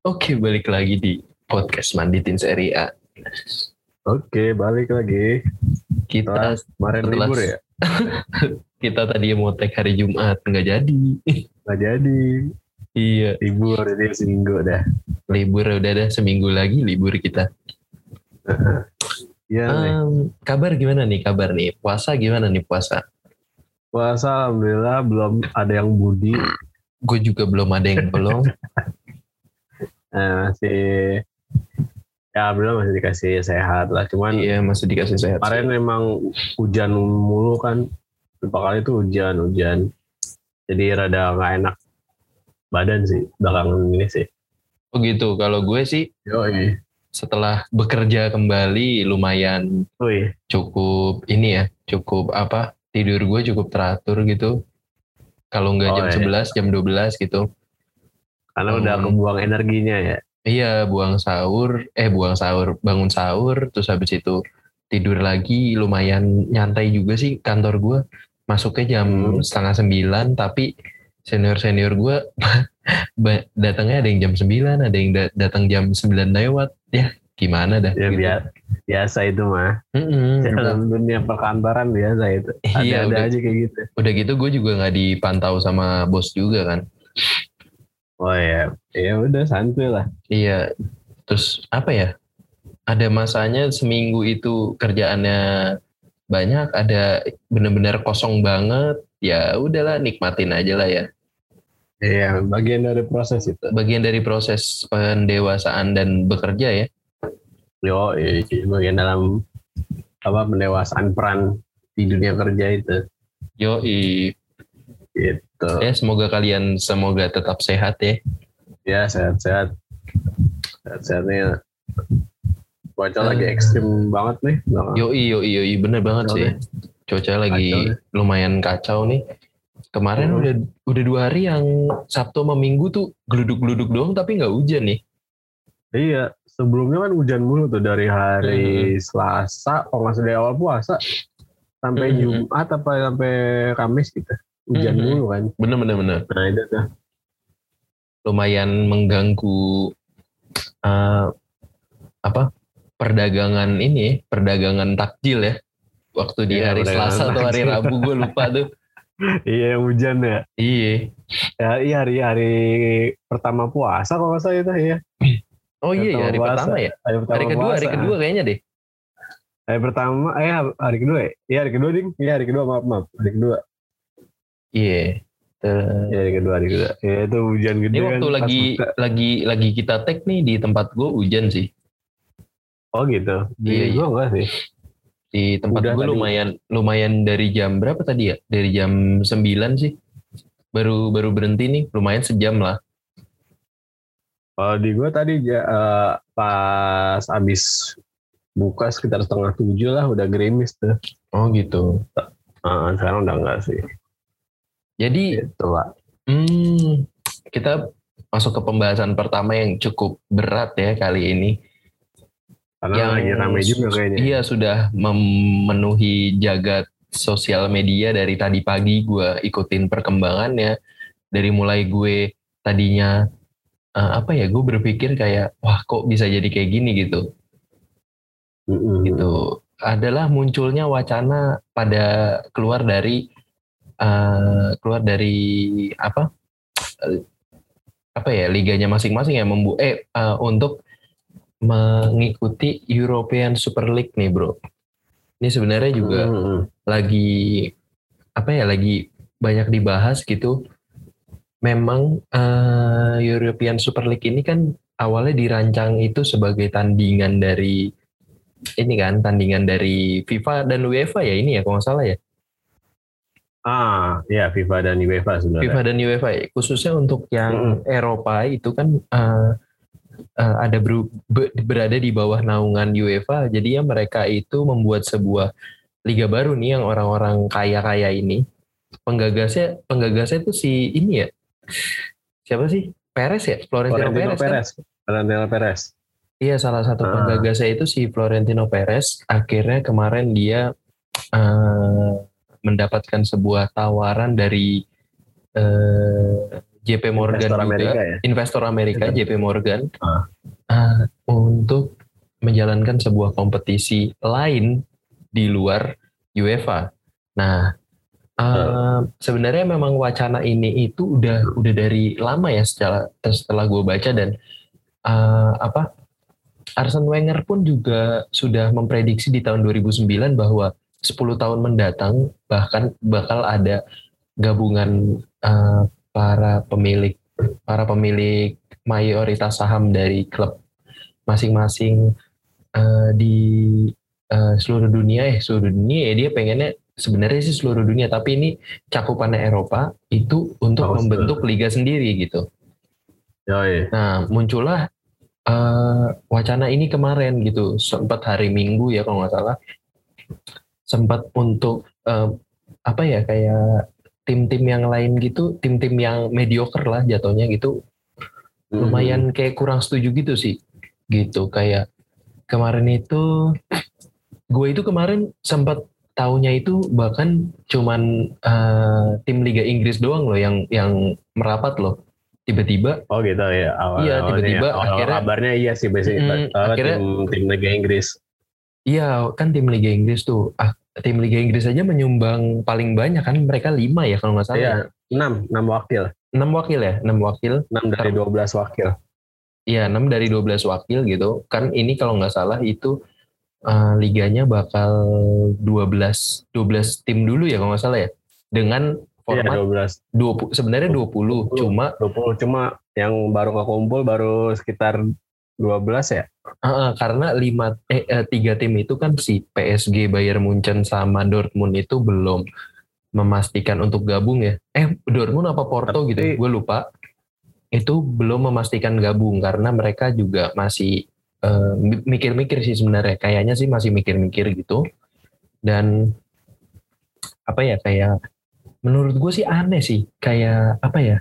Oke, balik lagi di podcast Manditin Serie A. Oke, balik lagi. Kita Kemarin setelah libur ya? kita tadi mau tag hari Jumat, nggak jadi. Nggak jadi. Iya, Libur jadi seminggu dah. libur udah ada seminggu lagi libur kita. Iya nih. Kabar gimana nih kabar nih? Puasa gimana nih puasa? Puasa alhamdulillah belum ada yang budi. Gue juga belum ada yang belum. Masih ya belum, masih dikasih sehat lah. Cuman Iya, masih dikasih sehat. kemarin memang hujan mulu kan. Beberapa kali itu hujan. Jadi rada nggak enak badan sih belakangan ini sih. Oh gitu. Kalau gue sih Yoi. setelah bekerja kembali lumayan Wih. cukup ini ya, cukup apa? Tidur gue cukup teratur gitu. Kalau nggak jam 11, jam 12 gitu. Karena udah kebuang energinya ya. Iya, bangun sahur, terus habis itu tidur lagi, lumayan nyantai juga sih kantor gue. Masuknya jam 8:30, tapi senior gue datangnya ada yang jam 9, ada yang datang jam 9 lewat. Ya, gimana dah. Ya gitu. Biasa itu mah. Dalam dunia perkantoran biasa itu. Iya, Ada aja kayak gitu. Udah gitu gue juga nggak dipantau sama bos juga kan. Oh ya udah santuy lah. Iya, terus apa ya? Ada masanya seminggu itu kerjaannya banyak, ada benar-benar kosong banget. Ya udahlah, nikmatin aja lah ya. Iya, bagian dari proses itu. Bagian dari proses pendewasaan dan bekerja ya. Bagian dalam pendewasaan peran di dunia kerja itu. Gitu. Ya, semoga kalian tetap sehat ya. Ya, sehat-sehat. Sehat-sehatnya. Cuaca lagi ekstrim banget nih. Yoi, bener banget sih. Cuaca lagi lumayan kacau nih. Kemarin udah 2 hari yang Sabtu sama Minggu tuh geluduk-geluduk doang tapi nggak hujan nih. Iya, sebelumnya kan hujan mulu tuh dari hari Selasa, kalau nggak dari awal puasa sampai Jumat sampai Kamis gitu. Hujan mulu kan. Bener. Nah itu tuh. Lumayan mengganggu perdagangan takjil ya. Waktu di hari Selasa atau hari Rabu gue lupa tuh. Iya, hujan ya. Iya. Ya, hari pertama puasa kalau nggak salah itu ya. Oh iya, hari pertama ya. Hari kedua kayaknya deh. Hari pertama, hari kedua ya. Iya, hari kedua ding. Iya, hari kedua, maaf. Hari kedua. Iya. Ya, hari kedua. Ya, itu hujan gede. Ini waktu kan, lagi kita tag nih di tempat gue hujan sih. Oh gitu. Di gue enggak sih. Di tempat gue lumayan dari jam berapa tadi ya? Dari jam 9 sih. Baru berhenti nih, lumayan sejam lah. Kalau di gue tadi pas abis buka sekitar 6:30 lah udah gerimis tuh. Oh gitu. Sekarang udah enggak sih. Jadi gitu, Pak. Kita masuk ke pembahasan pertama yang cukup berat ya kali ini. Karena yang lagi ramai juga kayaknya. Iya, sudah memenuhi jagat sosial media dari tadi pagi. Gue ikutin perkembangannya. Dari mulai gue tadinya gue berpikir kayak wah kok bisa jadi kayak gini gitu. Gitu. Adalah munculnya wacana pada keluar dari liganya masing-masing ya untuk mengikuti European Super League nih bro. Ini sebenarnya juga lagi banyak dibahas gitu. Memang European Super League ini kan awalnya dirancang itu sebagai tandingan dari FIFA dan UEFA ya ini ya kalau nggak salah ya. Ya FIFA dan UEFA sebenarnya. FIFA dan UEFA khususnya untuk yang Eropa itu kan berada di bawah naungan UEFA. Jadi ya mereka itu membuat sebuah liga baru nih yang orang-orang kaya-kaya ini. Penggagasnya itu si ini ya. Siapa sih? Perez ya? Florentino Perez. Florentino Perez. Iya, salah satu penggagasnya itu si Florentino Perez. Akhirnya kemarin dia mendapatkan sebuah tawaran dari JP Morgan Investor juga, Amerika ya? investor Amerika JP Morgan Ah. untuk menjalankan sebuah kompetisi lain di luar UEFA. Nah, sebenarnya memang wacana ini itu udah dari lama ya setelah gue baca, dan Arsene Wenger pun juga sudah memprediksi di tahun 2009 bahwa 10 tahun mendatang bahkan bakal ada gabungan para pemilik mayoritas saham dari klub masing-masing di seluruh dunia ya, dia pengennya sebenarnya sih seluruh dunia, tapi ini cakupannya Eropa itu untuk membentuk liga sendiri gitu. Nah, muncullah wacana ini kemarin gitu, sempat hari Minggu ya kalau nggak salah, sempat untuk kayak tim-tim yang lain gitu, tim-tim yang mediocre lah jatuhnya gitu, lumayan kayak kurang setuju gitu sih, gitu. Kayak kemarin itu, gue itu kemarin sempat taunya itu bahkan cuman tim Liga Inggris doang loh yang merapat loh. Tiba-tiba. Oh gitu ya. Iya, tiba-tiba akhirnya kabarnya iya sih biasanya akhirnya tim Liga Inggris. Iya, kan tim Liga Inggris tuh. Tim Liga Inggris aja menyumbang paling banyak kan, mereka 5 ya kalau nggak salah. Iya, 6 wakil. 6 wakil ya, 6 wakil. 6 dari 12 wakil. Iya, 6 dari 12 wakil gitu. Kan ini kalau nggak salah itu liganya bakal 12 tim dulu ya kalau nggak salah ya. Dengan format 20, sebenarnya 20 cuma yang baru kekumpul baru sekitar 12 ya. Karena 3 tim itu kan si PSG, Bayern Munchen sama Dortmund itu belum memastikan untuk gabung ya. Dortmund apa Porto gitu, gue lupa. Itu belum memastikan gabung karena mereka juga masih mikir-mikir sih sebenarnya. Kayaknya sih masih mikir-mikir gitu. Dan kayak menurut gue sih aneh sih. Kayak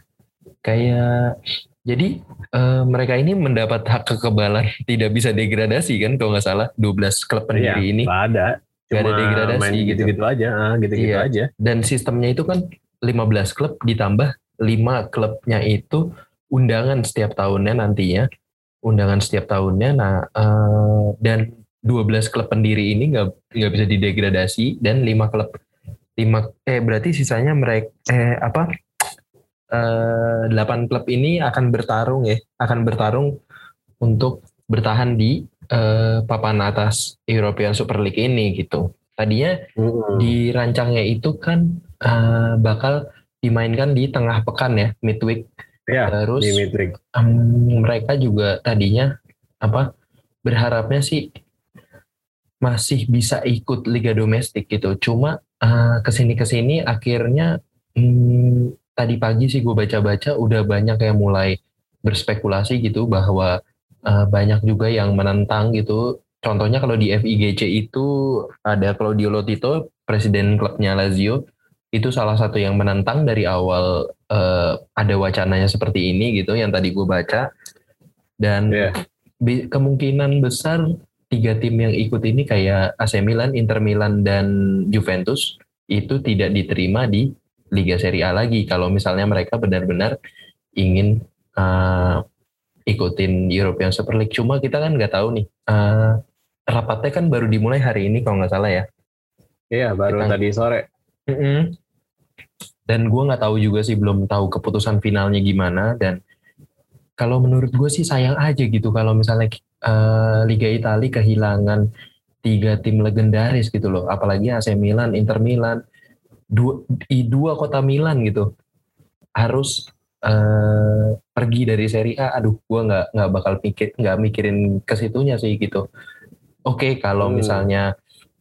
jadi mereka ini mendapat hak kekebalan tidak bisa degradasi kan kalau nggak salah, 12 klub pendiri ini. Nggak ada. Gak ada degradasi main gitu-gitu aja. Gitu-gitu aja. Dan sistemnya itu kan 15 klub ditambah 5 klubnya itu undangan setiap tahunnya nantinya. Nah dan 12 klub pendiri ini nggak bisa didegradasi, dan 5 klub berarti sisanya mereka 8 klub ini akan bertarung untuk bertahan di papan atas European Super League ini gitu. Tadinya dirancangnya itu kan bakal dimainkan di tengah pekan ya, midweek. Terus di midweek. Mereka juga tadinya berharapnya sih masih bisa ikut liga domestik gitu. Cuma kesini akhirnya tadi pagi sih gue baca-baca udah banyak yang mulai berspekulasi gitu bahwa banyak juga yang menentang gitu. Contohnya kalau di FIGC itu ada Claudio Lotito, presiden klubnya Lazio, itu salah satu yang menentang dari awal ada wacananya seperti ini gitu yang tadi gue baca. Dan kemungkinan besar 3 tim yang ikut ini kayak AC Milan, Inter Milan, dan Juventus itu tidak diterima di Liga Serie A lagi kalau misalnya mereka benar-benar ingin ikutin European Super League. Cuma kita kan nggak tahu nih, rapatnya kan baru dimulai hari ini kalau nggak salah ya. Iya, baru tadi sore. Dan gue nggak tahu juga sih, belum tahu keputusan finalnya gimana. Dan kalau menurut gue sih sayang aja gitu kalau misalnya Liga Italia kehilangan 3 tim legendaris gitu loh, apalagi AC Milan, Inter Milan, dua kota Milan gitu harus pergi dari Serie A. Aduh, gue nggak bakal mikirin ke situnya sih gitu. Oke, kalau misalnya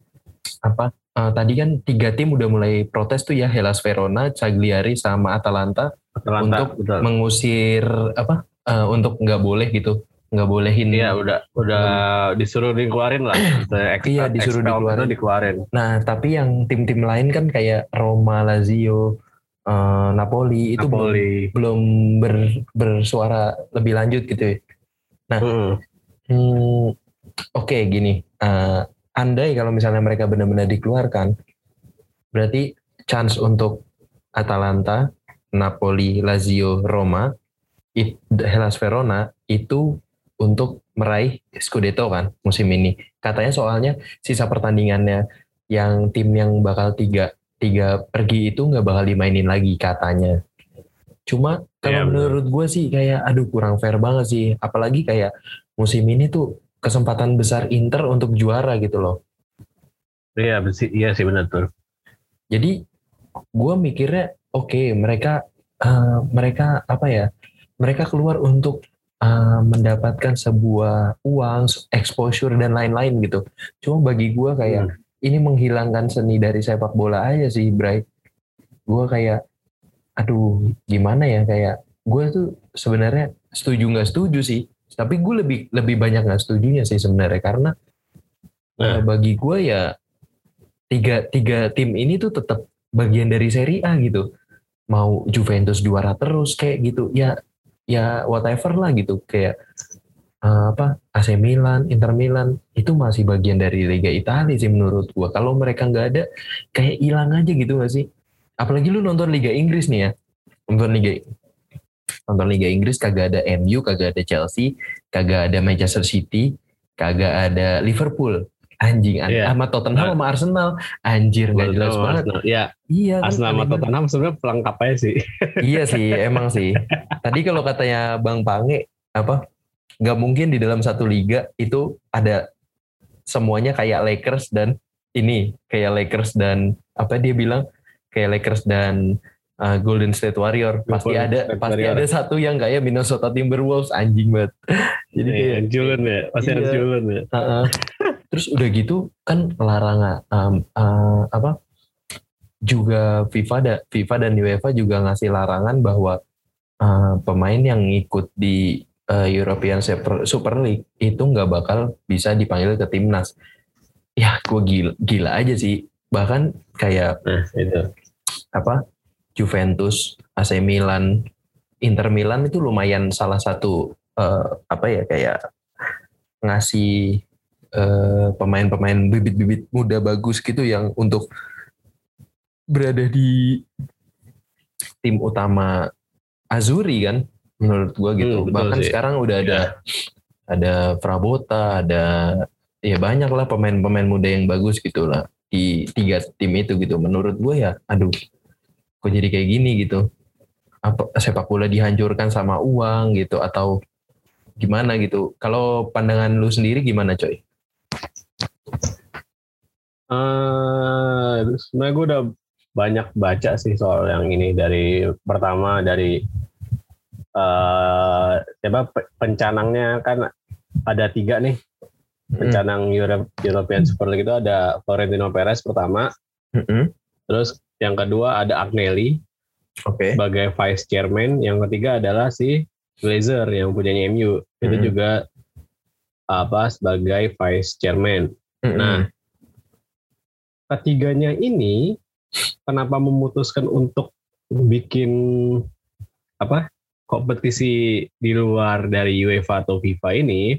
tadi kan 3 tim udah mulai protes tuh ya, Hellas Verona, Cagliari, sama Atalanta untuk mengusir untuk nggak boleh gitu, nggak bolehin. Iya, udah disuruh dikeluarin lah. Iya, disuruh dikeluarin. Nah, tapi yang tim-tim lain kan kayak Roma, Lazio, Napoli itu belum bersuara lebih lanjut gitu ya. Nah, oke, gini, andai kalau misalnya mereka benar-benar dikeluarkan, berarti chance untuk Atalanta Napoli, Lazio, Roma, Hellas Verona itu untuk meraih Scudetto kan musim ini. Katanya soalnya sisa pertandingannya yang tim yang bakal tiga pergi itu nggak bakal dimainin lagi katanya. Cuma kalau menurut gue sih kayak aduh kurang fair banget sih. Apalagi kayak musim ini tuh kesempatan besar Inter untuk juara gitu loh. Iya sih benar tuh. Jadi gue mikirnya oke, mereka apa ya? Mereka keluar untuk mendapatkan sebuah uang, exposure dan lain-lain gitu. Cuma bagi gue kayak ini menghilangkan seni dari sepak bola aja sih, Bray. Gue kayak aduh gimana ya, kayak gue tuh sebenarnya setuju nggak setuju sih, tapi gue lebih banyak nggak setujunya sih sebenarnya karena bagi gue ya tiga tim ini tuh tetap bagian dari Serie A gitu. Mau Juventus juara terus kayak gitu ya whatever lah gitu, kayak AC Milan, Inter Milan itu masih bagian dari Liga Italia sih menurut gue. Kalau mereka nggak ada kayak hilang aja gitu nggak sih? Apalagi lu nonton Liga Inggris nih ya, nonton Liga Inggris kagak ada MU, kagak ada Chelsea, kagak ada Manchester City, kagak ada Liverpool. Anjing, sama Tottenham sama Arsenal. Anjir, nggak jelas banget. Ya, iya, Arsenal sama Tottenham sebenarnya pelengkap aja sih. Iya sih, emang sih. Tadi kalau katanya Bang Pange, nggak mungkin di dalam satu liga itu ada semuanya kayak Lakers dan dia bilang kayak Lakers dan Golden State Warrior. Pasti ada satu yang kayak Minnesota Timberwolves, anjing banget. Jadi kayak Julen ya, pasti harus Julen ya. Terus udah gitu kan larangan juga FIFA dan UEFA juga ngasih larangan bahwa pemain yang ikut di European Super League itu nggak bakal bisa dipanggil ke timnas. Ya gue gila aja sih. Bahkan kayak Juventus, AC Milan, Inter Milan itu lumayan salah satu kayak ngasih pemain-pemain bibit-bibit muda bagus gitu yang untuk berada di tim utama Azzurri kan menurut gue gitu. Bahkan sih. Sekarang udah ada Frabotta, ada ya banyak lah pemain-pemain muda yang bagus gitu lah di 3 tim itu gitu. Menurut gue ya aduh kok jadi kayak gini gitu. Apa sepak bola dihancurkan sama uang gitu atau gimana gitu. Kalau pandangan lu sendiri gimana coy? Sebenarnya gue udah banyak baca sih soal yang ini. Pertama dari pencanangnya kan ada 3 nih pencanang European Super League. Itu ada Florentino Perez pertama, terus yang kedua ada Agnelli sebagai vice chairman, yang ketiga adalah si Glazer yang punyanya MU itu juga sebagai vice chairman. Nah, ketiganya ini kenapa memutuskan untuk bikin kompetisi di luar dari UEFA atau FIFA ini?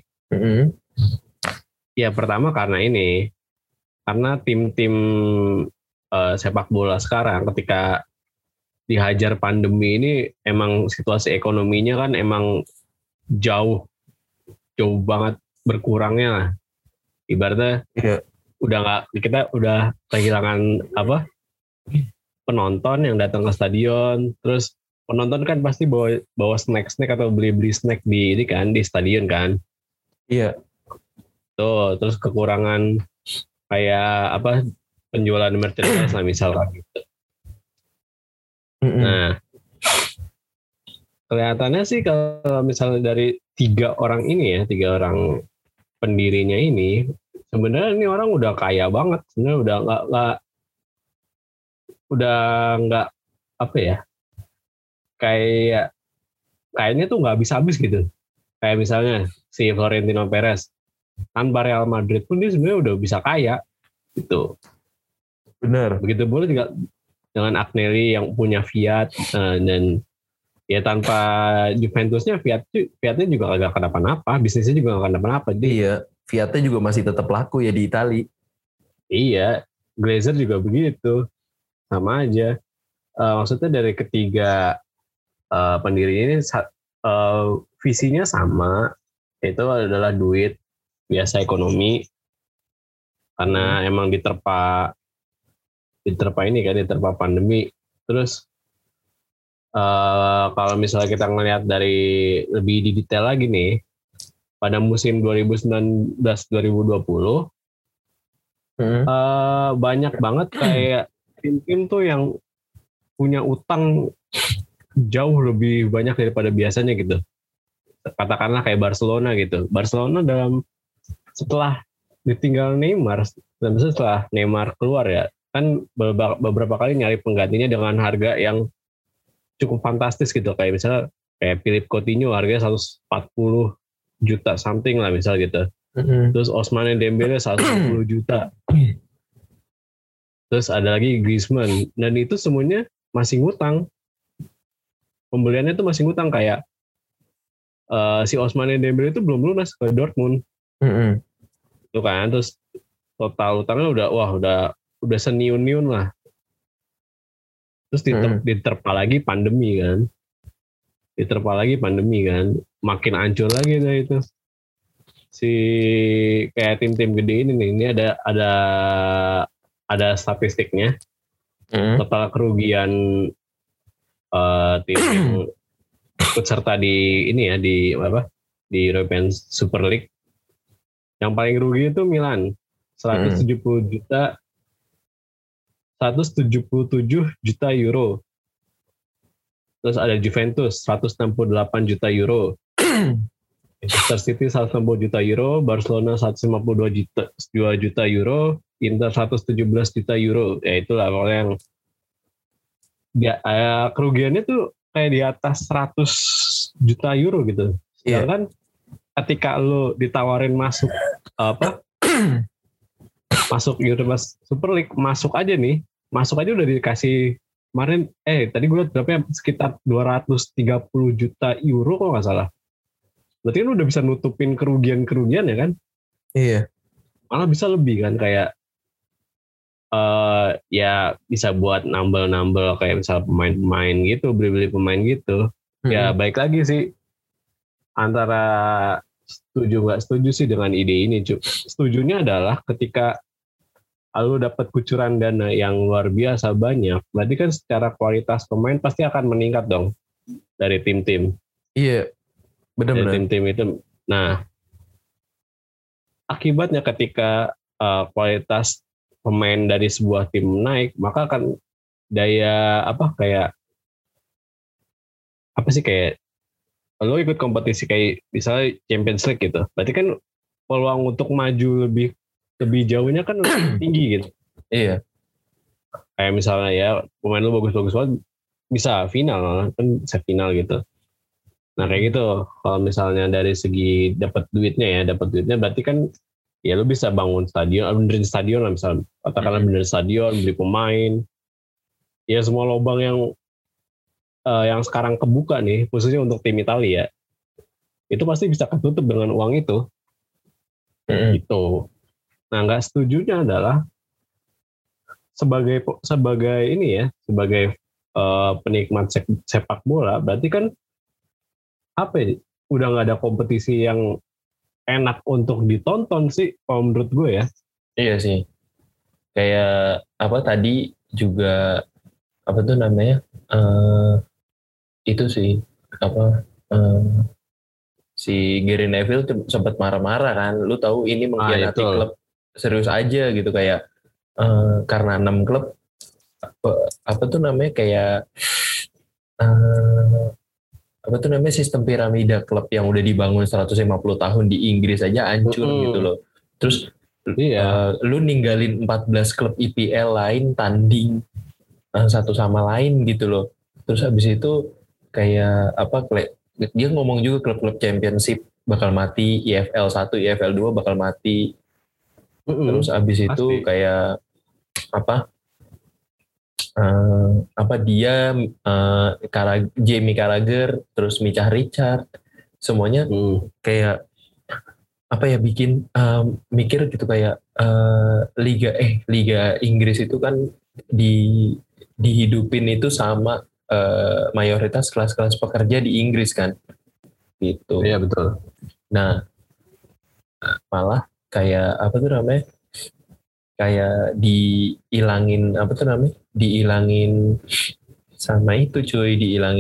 Ya pertama karena tim-tim sepak bola sekarang ketika dihajar pandemi ini emang situasi ekonominya kan emang jauh banget berkurangnya lah. Ibaratnya kita udah kehilangan penonton yang datang ke stadion. Terus penonton kan pasti bawa snack atau beli snack di stadion kan. Iya. Tuh, terus kekurangan kayak penjualan merchandise lah misalkan gitu. Nah, kelihatannya sih kalau misalnya dari 3 orang pendirinya ini, sebenarnya ini orang udah kaya banget. Sebenarnya udah nggak kayaknya tuh nggak habis-habis gitu. Kayak misalnya si Florentino Perez tanpa Real Madrid pun dia sebenarnya udah bisa kaya gitu. Benar. Begitu pula juga dengan Agnelli yang punya Fiat, dan ya tanpa Juventusnya Fiatnya juga agak kenapa-napa, bisnisnya juga nggak kenapa-napa. Iya, Fiatnya juga masih tetap laku ya di Itali. Iya, Glazer juga begitu, sama aja. Maksudnya dari ketiga pendirinya ini visinya sama, itu adalah duit biasa ekonomi, karena emang diterpa pandemi. Terus kalau misalnya kita ngelihat dari lebih di detail lagi nih, pada musim 2019-2020 banyak banget kayak tim-tim tuh yang punya utang jauh lebih banyak daripada biasanya gitu. Katakanlah kayak Barcelona gitu. Barcelona setelah ditinggal Neymar, dan setelah Neymar keluar ya, kan beberapa kali nyari penggantinya dengan harga yang cukup fantastis gitu. Kayak misalnya kayak Philippe Coutinho harganya 140 juta something lah misal gitu. Terus Ousmane Dembele 150 juta. Terus ada lagi Griezmann, dan itu semuanya masih ngutang. Pembeliannya itu masih ngutang, kayak si Ousmane Dembele itu belum lunas ke Dortmund. Tuh kan, terus total utangnya udah seniun-niun lah. Terus diterpa lagi pandemi kan. Makin hancur lagi dah itu. Si kayak tim-tim gede ini nih, ini ada statistiknya. Total kerugian tim ikut serta di ini ya, di European Super League. Yang paling rugi itu Milan, 177 juta euro. Terus ada Juventus 168 juta euro. Manchester City 160 juta euro, Barcelona 152 juta euro, Inter 117 juta euro. Ya itulah pokoknya yang kerugiannya tuh kayak di atas 100 juta euro gitu. Sedangkan ketika lo ditawarin masuk masuk European Super League, masuk aja udah dikasih kemarin tadi gue lihat berapa ya, sekitar 230 juta euro kalau nggak salah. Berarti kan udah bisa nutupin kerugian ya kan? Iya. Malah bisa lebih kan, kayak ya bisa buat nambel kayak misal pemain gitu, beli pemain gitu. Ya baik lagi sih antara setuju nggak setuju sih dengan ide ini. Setujunya adalah ketika lu dapat kucuran dana yang luar biasa banyak, berarti kan secara kualitas pemain pasti akan meningkat dong dari tim-tim. Iya, benar-benar. Dari tim-tim itu. Nah, akibatnya ketika kualitas pemain dari sebuah tim naik, maka akan daya kayak lo ikut kompetisi kayak misalnya Champions League gitu, berarti kan peluang untuk maju lebih jauhnya kan lebih tinggi gitu. Iya. Kayak misalnya ya pemain lo bagus-bagus banget, bisa final kan, bisa final gitu. Nah kayak gitu, kalau misalnya dari segi dapat duitnya berarti kan ya lo bisa bangun stadion, benerin stadion lah misalnya, katakanlah benerin stadion, beli pemain, ya semua lubang yang sekarang kebuka nih, khususnya untuk tim Italia, itu pasti bisa ketutup dengan uang itu. Gitu. Nah, nggak setujunya adalah sebagai penikmat sepak bola, berarti kan udah nggak ada kompetisi yang enak untuk ditonton sih, kalau menurut gue ya. Iya sih. Kayak tadi juga itu sih si Gary Neville sempat marah-marah kan, lu tahu ini mengkhianati klub serius aja gitu, kayak karena 6 klub sistem piramida klub yang udah dibangun 150 tahun di Inggris aja hancur gitu loh. Terus lu ninggalin 14 klub IPL lain tanding satu sama lain gitu loh. Terus habis itu kayak dia ngomong juga klub-klub championship bakal mati, EFL 1, EFL 2 bakal mati. Terus habis itu kayak dia Jamie Carragher, terus Micah Richard, semuanya kayak bikin mikir gitu, kayak Liga Inggris itu kan dihidupin itu sama mayoritas kelas-kelas pekerja di Inggris kan, gitu. Iya betul. Nah, malah kayak apa tuh namanya? Kayak diilangin apa tuh namanya? Diilangin sama itu cuy,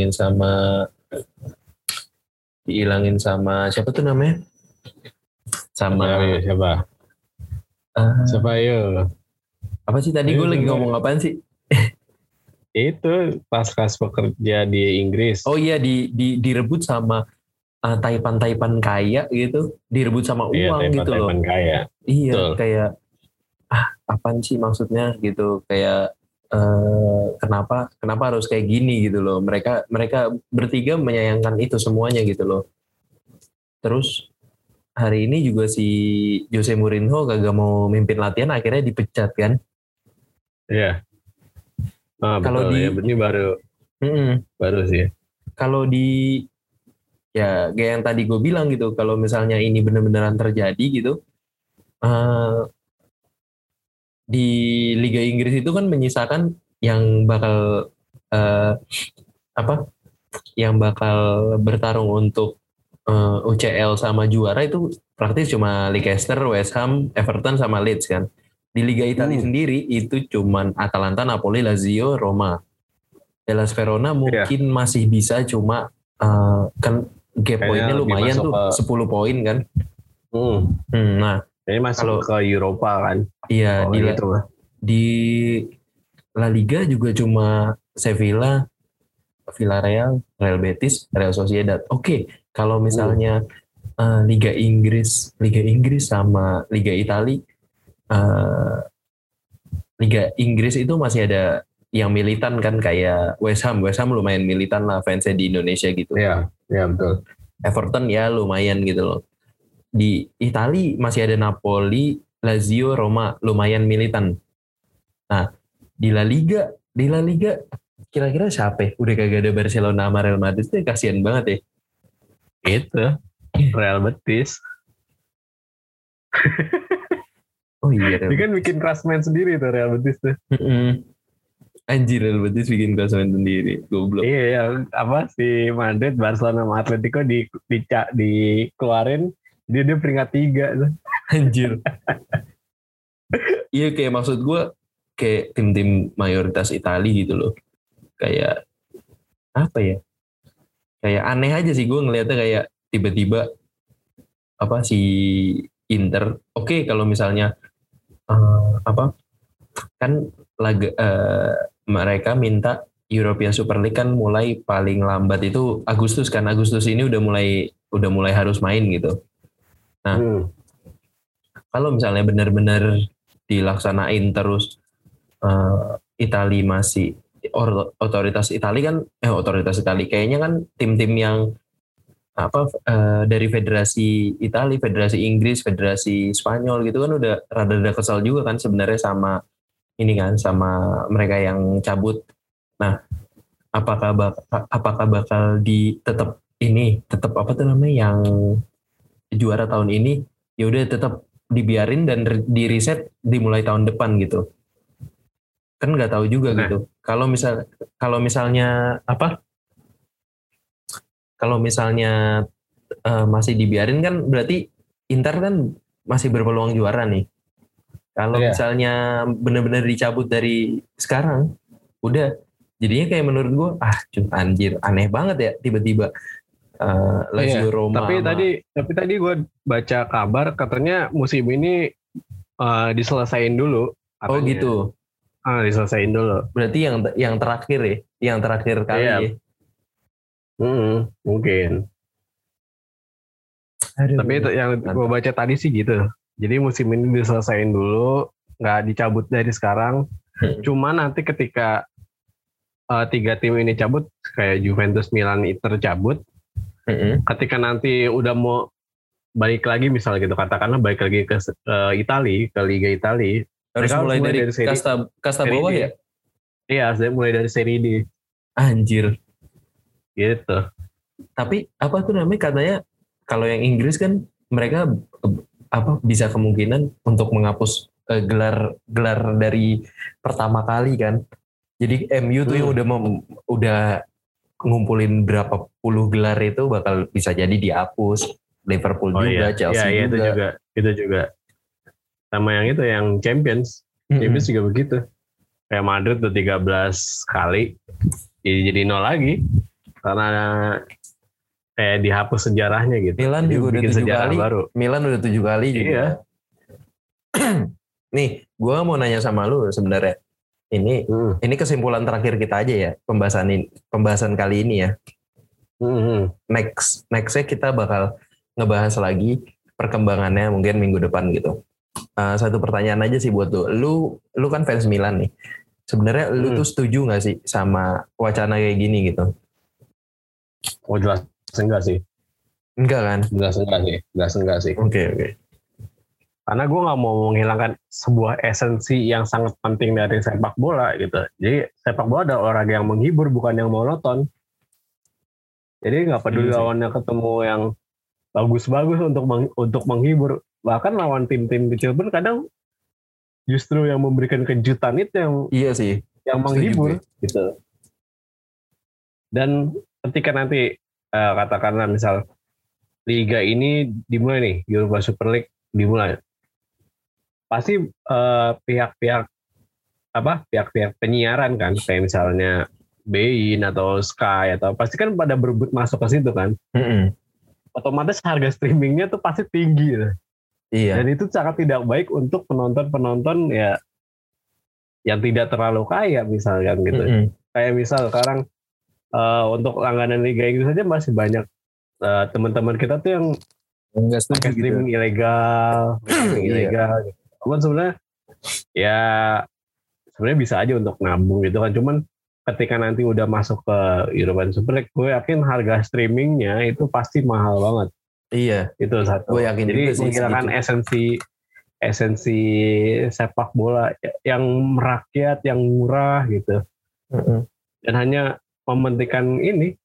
diilangin sama siapa tuh namanya? Sama Siapa? Siapa yo? Apa sih tadi gue lagi ngomong apaan sih? Itu pas kelas pekerja di Inggris. Oh iya direbut sama taipan-taipan kaya gitu, direbut sama uang gitu loh. Taipan kaya. Iya, Betul. kayak apaan sih maksudnya gitu, kayak kenapa harus kayak gini gitu loh. Mereka bertiga menyayangkan itu semuanya gitu loh. Terus hari ini juga si Jose Mourinho kagak mau mimpin latihan, akhirnya dipecat kan. Iya. Kalau betul ya, ini baru sih. Kalau di ya kayak yang tadi gue bilang gitu, kalau misalnya ini benar-benaran terjadi gitu, di Liga Inggris itu kan menyisakan yang bakal yang bakal bertarung untuk UCL sama juara itu praktis cuma Leicester, West Ham, Everton sama Leeds kan. Di Liga Italia sendiri itu cuman Atalanta, Napoli, Lazio, Roma. Hellas Verona mungkin masih bisa, cuma kan gap poinnya lumayan tuh 10 poin kan. Nah, ini masuk ke Eropa kan. Iya, di La Liga juga cuma Sevilla, Villarreal, Real Betis, Real Sociedad. Oke, kalau misalnya Liga Inggris sama Liga Italia, Liga Inggris itu masih ada yang militan kan, kayak West Ham lumayan militan lah fansnya di Indonesia gitu. Iya betul. Everton ya lumayan gitu loh. Di Italia masih ada Napoli, Lazio, Roma, lumayan militan. Nah, di La Liga kira-kira siapa? Udah kagak ada Barcelona sama Real Madrid, itu kasihan banget ya. Itu Real Betis. Oh iya, dia kan bikin klasmen sendiri tuh Real Betis tuh. Anjir, Real Betis bikin klasmen sendiri, goblok. Iya, apa si Madrid, Barcelona sama Atletico dikeluarin, dia peringkat 3 tuh. Anjir. Iya, kayak maksud gue kayak tim-tim mayoritas Italia gitu loh. Kayak apa ya? Kayak aneh aja sih gue ngelihatnya, kayak tiba-tiba apa si Inter. Oke, kalau misalnya kan mereka minta European Super League kan mulai paling lambat itu Agustus kan. Agustus ini udah mulai harus main gitu. Nah, kalau misalnya benar-benar dilaksanain terus, Italia masih otoritas Italia kayaknya kan tim-tim yang dari Federasi Italia, Federasi Inggris, Federasi Spanyol gitu kan udah rada-rada kesal juga kan sebenarnya sama ini kan, sama mereka yang cabut. Nah, apakah bakal tetap apa tuh namanya yang juara tahun ini ya udah tetap dibiarin dan di reset dimulai tahun depan gitu. Kan nggak tahu juga gitu. Kalau misalnya masih dibiarin kan berarti Inter kan masih berpeluang juara nih. Kalau misalnya benar-benar dicabut dari sekarang, udah jadinya kayak menurut gue, anjir aneh banget ya tiba-tiba Lazio, Roma. Tapi tadi gue baca kabar katanya musim ini diselesain dulu. Katanya. Oh gitu. Diselesain dulu. Berarti yang terakhir ya, yang terakhir kali ya. Mungkin. Tapi yang gue baca tadi sih gitu. Jadi musim ini diselesain dulu, nggak dicabut dari sekarang. Cuma nanti ketika 3 tim ini cabut, kayak Juventus, Milan, Inter cabut, ketika nanti udah mau balik lagi misalnya gitu, katakanlah balik lagi ke Italia, ke Liga Italia, harus mulai dari kasta bawah ya? Iya, mulai dari seri D. Anjir. Gitu. Tapi apa tuh namanya, katanya kalau yang Inggris kan mereka bisa kemungkinan untuk menghapus gelar dari pertama kali kan. Jadi MU tuh yang udah ngumpulin berapa puluh gelar itu bakal bisa jadi dihapus. Liverpool juga, Chelsea juga. Itu juga. Sama yang itu yang Champions juga begitu. Kayak Madrid tuh 13 kali jadi 0 lagi karena kayak dihapus sejarahnya gitu. Milan jadi juga udah 7 kali. Baru. Milan udah 7 kali juga. Iya. Nih, gue mau nanya sama lu sebenarnya. Ini kesimpulan terakhir kita aja ya pembahasan kali ini ya. Nextnya kita bakal ngebahas lagi perkembangannya mungkin minggu depan gitu. Satu pertanyaan aja sih buat lu. Lu kan fans Milan nih. Sebenarnya lu tuh setuju nggak sih sama wacana kayak gini gitu? Oh jelas enggak sih. Enggak kan? Jelas enggak sih. Oke. Karena gue nggak mau menghilangkan sebuah esensi yang sangat penting dari sepak bola gitu. Jadi sepak bola adalah olahraga yang menghibur, bukan yang monoton. Jadi nggak peduli lawannya ketemu yang bagus-bagus untuk menghibur. Bahkan lawan tim-tim kecil pun kadang justru yang memberikan kejutan itu yang yang menghibur gitu. Dan ketika nanti katakanlah misal liga ini dimulai nih, Europa Super League dimulai. Pasti pihak-pihak penyiaran kan, kayak misalnya Bein atau Sky atau pasti kan pada berebut masuk ke situ kan. Otomatis harga streamingnya tuh pasti tinggi gitu. Iya. Dan itu sangat tidak baik untuk penonton ya yang tidak terlalu kaya misalkan gitu. Kayak misal sekarang untuk langganan Liga Inggris saja masih banyak teman-teman kita tuh yang pakai streaming ilegal, gitu. Cuman sebenarnya ya sebenarnya bisa aja untuk nabung gitu kan. Cuman ketika nanti udah masuk ke European Super League, gue yakin harga streamingnya itu pasti mahal banget. Iya. Itu satu. Gue yakin. Jadi menghilangkan esensi sepak bola yang merakyat, yang murah gitu. Dan hanya mementingkan ini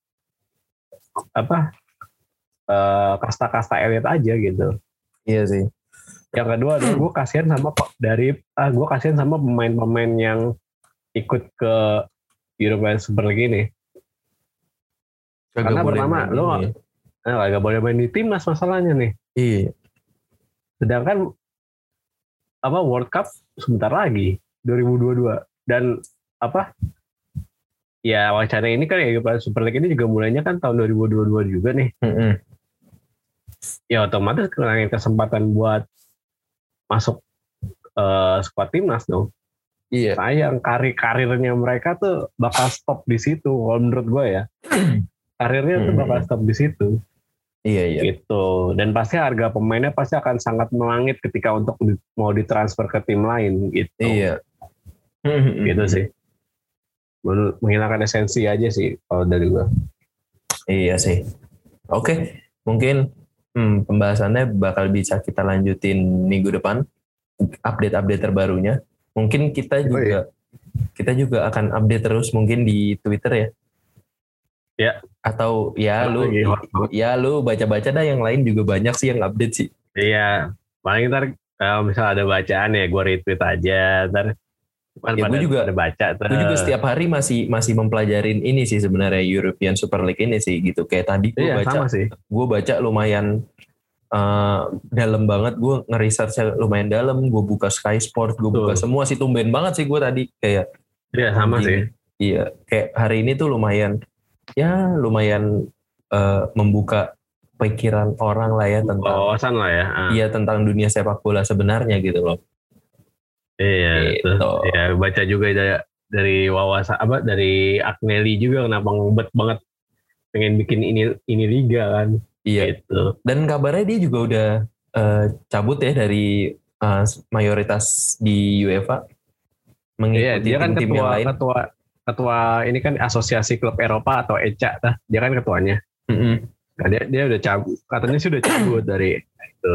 kasta-kasta elit aja gitu. Iya sih. Yang kedua adalah gue kasihan sama pemain-pemain yang ikut ke European Super League ini. Karena pertama lo nggak boleh main di timnas masalahnya nih. Iya. Sedangkan World Cup sebentar lagi 2022 dan ya wacana ini kan European Super League ini juga mulainya kan tahun 2022 juga nih. Ya otomatis kehilangan kesempatan buat masuk skuad timnas dong. Iya. Sayang karirnya mereka tuh bakal stop di situ. Kalau menurut gue ya, karirnya tuh bakal stop di situ. Iya. Gitu. Dan pasti harga pemainnya pasti akan sangat melangit ketika untuk mau ditransfer ke tim lain gitu. Iya. Gitu sih. Menghilangkan esensi aja sih kalau dari gue. Iya sih. Oke, mungkin pembahasannya bakal bisa kita lanjutin minggu depan, update terbarunya. Mungkin kita juga akan update terus mungkin di Twitter ya. Ya. Atau lu baca-baca dah, yang lain juga banyak sih yang update sih. Iya, paling ntar kalau misal ada bacaan ya gue retweet aja. Ntar gue juga setiap hari masih mempelajarin ini sih sebenarnya, European Super League ini sih gitu. Kayak tadi gue baca lumayan dalam banget, gue nge-research lumayan dalam, gue buka Sky Sport, gue buka semua sih, tumben banget sih gue tadi kayak. Iya sama sih. Iya, kayak hari ini tuh lumayan membuka pikiran orang lah ya tentang wawasan lah ya. Iya, tentang dunia sepak bola sebenarnya gitu loh. Iya, gitu. Ya baca juga dari wawasan dari Agnelli juga kenapa ngebet banget pengen bikin ini liga kan. Iya. Gitu. Dan kabarnya dia juga udah cabut ya dari mayoritas di UEFA, mengikuti tim-tim yang lain. Ketua ini kan Asosiasi Klub Eropa atau ECA, dia kan ketuanya. Nah, dia udah cabut, katanya sih udah cabut dari itu.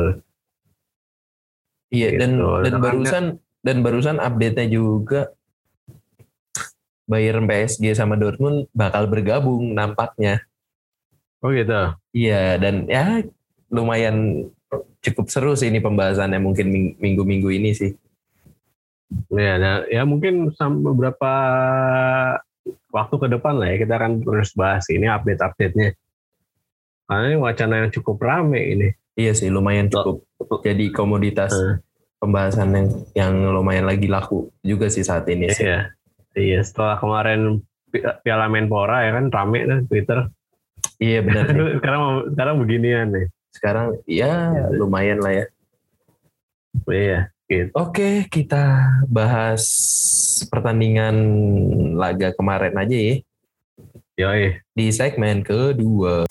Iya, gitu. Dan barusan update-nya juga Bayern, PSG sama Dortmund bakal bergabung nampaknya. Oh gitu. Iya, dan ya lumayan cukup seru sih ini pembahasannya mungkin minggu-minggu ini sih. Ya, ya mungkin beberapa waktu ke depan lah ya kita akan terus bahas ini update-update-nya. Karena ini wacana yang cukup rame ini. Iya sih, lumayan cukup jadi komoditas pembahasan yang lumayan lagi laku juga sih saat ini sih. Iya, setelah kemarin Piala Menpora ya kan rame tuh Twitter. Iya benar. sekarang beginian nih. Sekarang ya lumayan lah ya. Iya. Gitu. Oke, kita bahas pertandingan laga kemarin aja ya. Yoi. Di segmen kedua.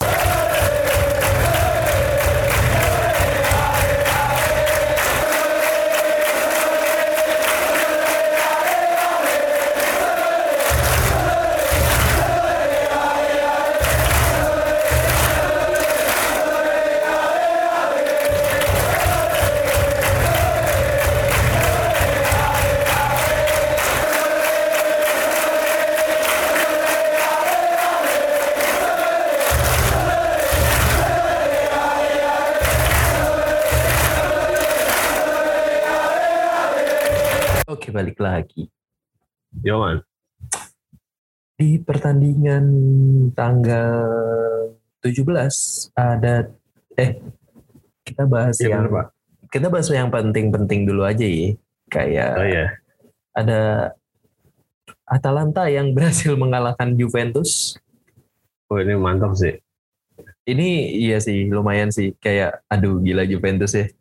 Oke, balik lagi. Joman. Di pertandingan tanggal 17 ada kita bahas yang penting-penting dulu aja ya. Kayak ada Atalanta yang berhasil mengalahkan Juventus. Oh, ini mantap sih. Ini iya sih, lumayan sih. Kayak aduh gila Juventus ya.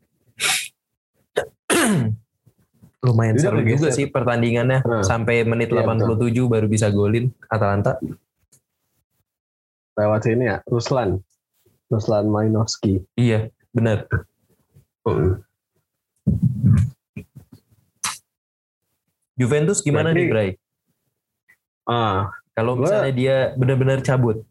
Lumayan seru juga sih pertandingannya. Sampai menit 87 baru bisa golin Atalanta. Lewat sini ya, Ruslan Malinovskyi. Iya, benar. Juventus gimana nih, Bray? Kalau misalnya dia benar-benar cabut.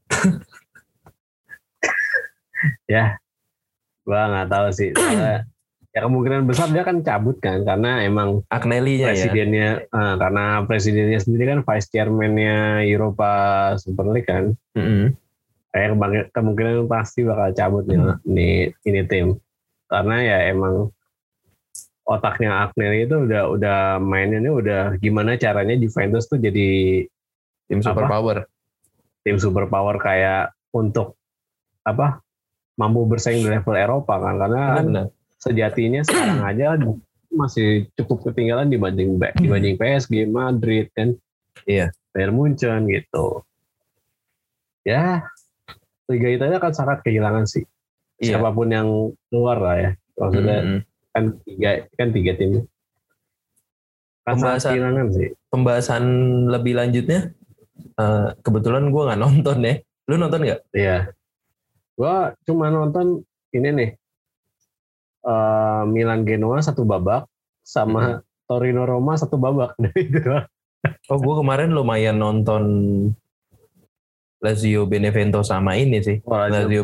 Ya, gua nggak tahu sih. Ya kemungkinan besar dia kan cabut kan karena emang Agnelli-nya presidennya karena presidennya sendiri kan vice chairman-nya Europa Super League kan. Kayak kemungkinan pasti bakal cabut nih ini tim. Karena ya emang otaknya Agnelli itu udah mainnya ini udah gimana caranya Juventus tuh jadi tim superpower. Tim superpower kayak untuk mampu bersaing di level Eropa kan karena kan sejatinya sekarang aja masih cukup ketinggalan dibanding PSG, Madrid kan. Iya. Bayern Munchen gitu. Ya, Liga Italia kan sangat kehilangan sih. Iya. Siapapun yang keluar lah ya. Maksudnya kan tiga tim. Pembahasan lebih lanjutnya, kebetulan gue nggak nonton ya. Lu nonton nggak? Iya. Gue cuma nonton ini nih. Milan Genoa 1 babak sama Torino Roma 1 babak. Oh, gue kemarin lumayan nonton Lazio Benevento sama ini sih. Lazio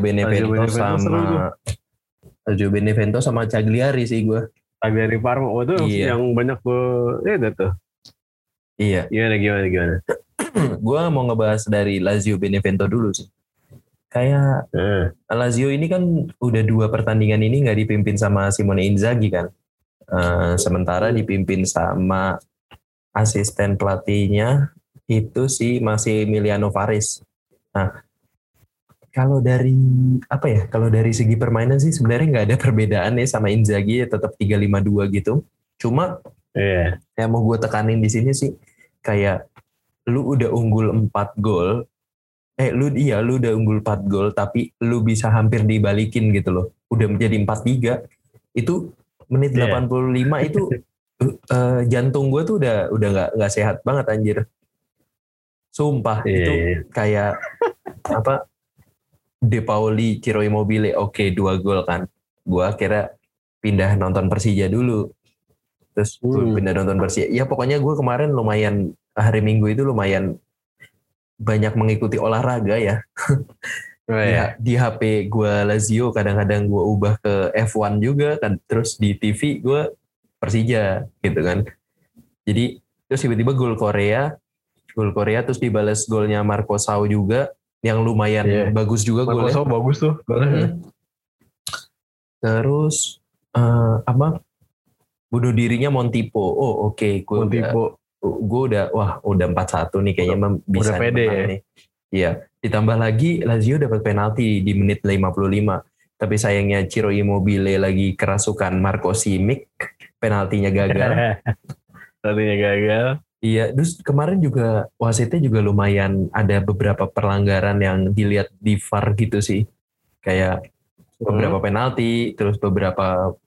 Benevento sama Cagliari sih gue. Cagliari Parma. Oh itu yang banyak itu tuh. Iya. Gimana? Gue mau ngebahas dari Lazio Benevento dulu sih. Kayak Lazio ini kan udah 2 pertandingan ini nggak dipimpin sama Simone Inzaghi kan. Sementara dipimpin sama asisten pelatihnya itu sih masih Emiliano Faris. Nah, kalau dari segi permainan sih sebenarnya nggak ada perbedaan ya sama Inzaghi, tetap 3-5-2 gitu. Cuma yang mau gue tekanin di sini sih kayak lu udah unggul 4 gol. Lu udah unggul 4 gol tapi lu bisa hampir dibalikin gitu loh. Udah menjadi 4-3. Itu menit 85 itu jantung gue tuh udah enggak sehat banget anjir. Sumpah itu kayak De Pauli, Ciro Immobile 2 gol kan. Gue akhirnya pindah nonton Persija dulu. Terus gue pindah nonton Persija. Ya pokoknya gue kemarin lumayan hari Minggu itu lumayan banyak mengikuti olahraga ya. Ya di HP gue Lazio, kadang-kadang gue ubah ke F1 juga kan, terus di TV gue Persija gitu kan. Jadi terus tiba-tiba gol Korea terus dibalas golnya Marco Sau juga yang lumayan bagus juga golnya. Marco Sau bagus tuh. Terus bunuh dirinya Montipo. Oh oke, gue udah 4-1 nih kayaknya bisa udah pede menang nih. Iya, ditambah lagi Lazio dapat penalti di menit 55. Tapi sayangnya Ciro Immobile lagi kerasukan Marco Simic, penaltinya gagal. Iya, terus kemarin juga wasitnya juga lumayan ada beberapa pelanggaran yang dilihat di VAR gitu sih. Kayak beberapa penalti, terus beberapa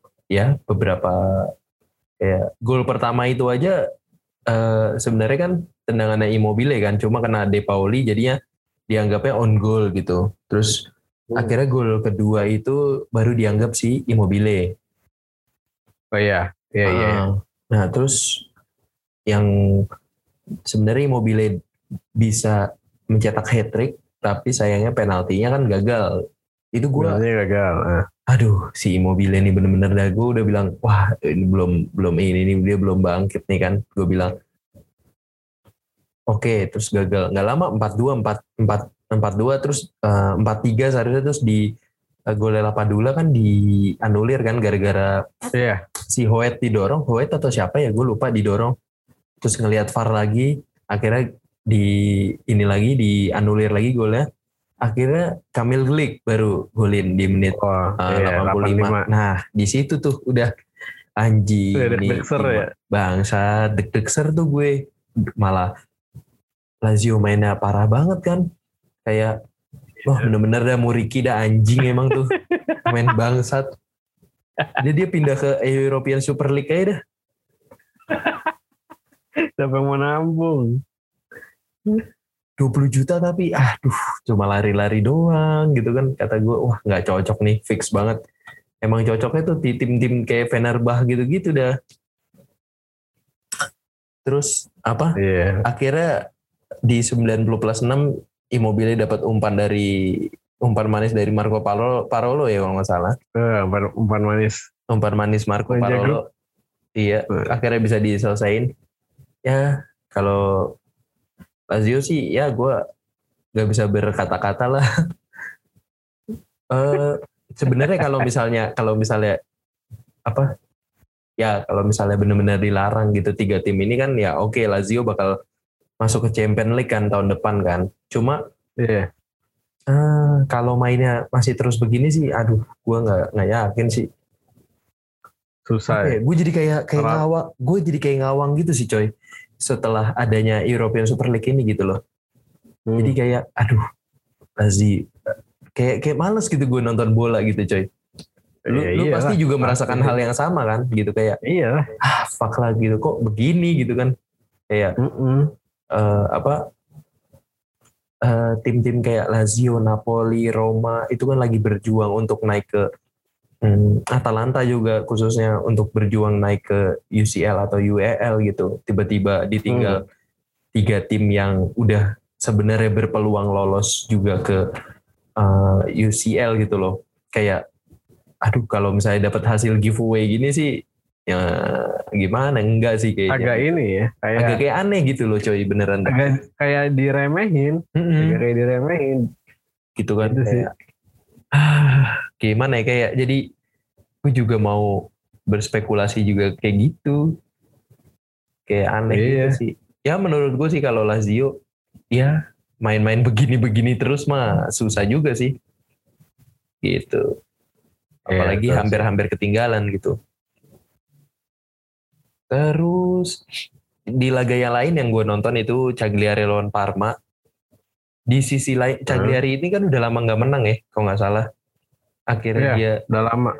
kayak gol pertama itu aja sebenarnya kan tendangannya Immobile kan, cuma kena De Pauli jadinya dianggapnya on goal gitu. Terus akhirnya gol kedua itu baru dianggap si Immobile. Oh iya. Nah terus yang sebenarnya Immobile bisa mencetak hat-trick, tapi sayangnya penaltinya kan gagal. Itu gue gagal. Aduh, si Immobile ini bener-bener dah, gue udah bilang, wah ini belum ini dia belum bangkit nih kan. Gue bilang, oke, terus gagal. Nggak lama 4-2 terus 4-3 seharusnya, terus di gol Lapadula kan dianulir kan gara-gara si Hoet didorong, Hoet atau siapa ya gue lupa didorong. Terus ngelihat VAR lagi, akhirnya dianulir lagi golnya. Akhirnya Kamil Glik baru golin di menit 85. Nah di situ tuh udah anjing nih bangsa deg-degser tuh gue, malah Lazio mainnya parah banget kan, kayak wah bener-bener dah Muriki dah anjing emang tuh main bangsat. Dia pindah ke European Super League aja dah. Siapa yang mau nambung? 20 juta tapi cuma lari-lari doang gitu kan, kata gue wah nggak cocok nih, fix banget. Emang cocoknya tuh di tim-tim kayak Fenerbah gitu-gitu dah. Terus akhirnya di 90+6 Immobile dapat umpan manis dari Marco Parolo ya kalau nggak salah. Umpan manis Marco Parolo. Iya, akhirnya bisa diselesain. Ya kalau Lazio sih ya gue gak bisa berkata-kata lah. Sebenarnya kalau misalnya kalau misalnya benar-benar dilarang gitu 3 tim ini kan ya oke, Lazio bakal masuk ke Champions League kan tahun depan kan. Cuma kalau mainnya masih terus begini sih, gue nggak yakin sih. Susah. Gue jadi kayak ngawang, ngawang gitu sih coy. Setelah adanya European Super League ini gitu loh. Jadi kayak Lazio kayak males gitu gue nonton bola gitu coy. Lu pasti juga merasakan hal yang sama kan gitu, kayak fuck lah gitu, kok begini gitu kan. Kayak tim-tim kayak Lazio, Napoli, Roma itu kan lagi berjuang untuk naik ke Atalanta juga khususnya untuk berjuang naik ke UCL atau UEL gitu. Tiba-tiba ditinggal 3 tim yang udah sebenarnya berpeluang lolos juga ke UCL gitu loh. Kayak kalau misalnya dapat hasil giveaway gini sih ya gimana, enggak sih kayaknya. Agak gitu. Ini ya, agak kayak aneh gitu loh coy, beneran. Agak kayak diremehin. Kayak diremehin. Gitu kan gitu kayak gimana ya, kayak jadi gue juga mau berspekulasi juga kayak gitu. Kayak aneh gitu sih. Ya menurut gue sih kalau Lazio ya main-main begini-begini terus mah susah juga sih. Gitu. Apalagi hampir-hampir ketinggalan gitu. Terus di laga yang lain yang gue nonton itu Cagliari lawan Parma. Di sisi lain Cagliari ini kan udah lama nggak menang ya, kalau nggak salah. Akhirnya dia udah lama.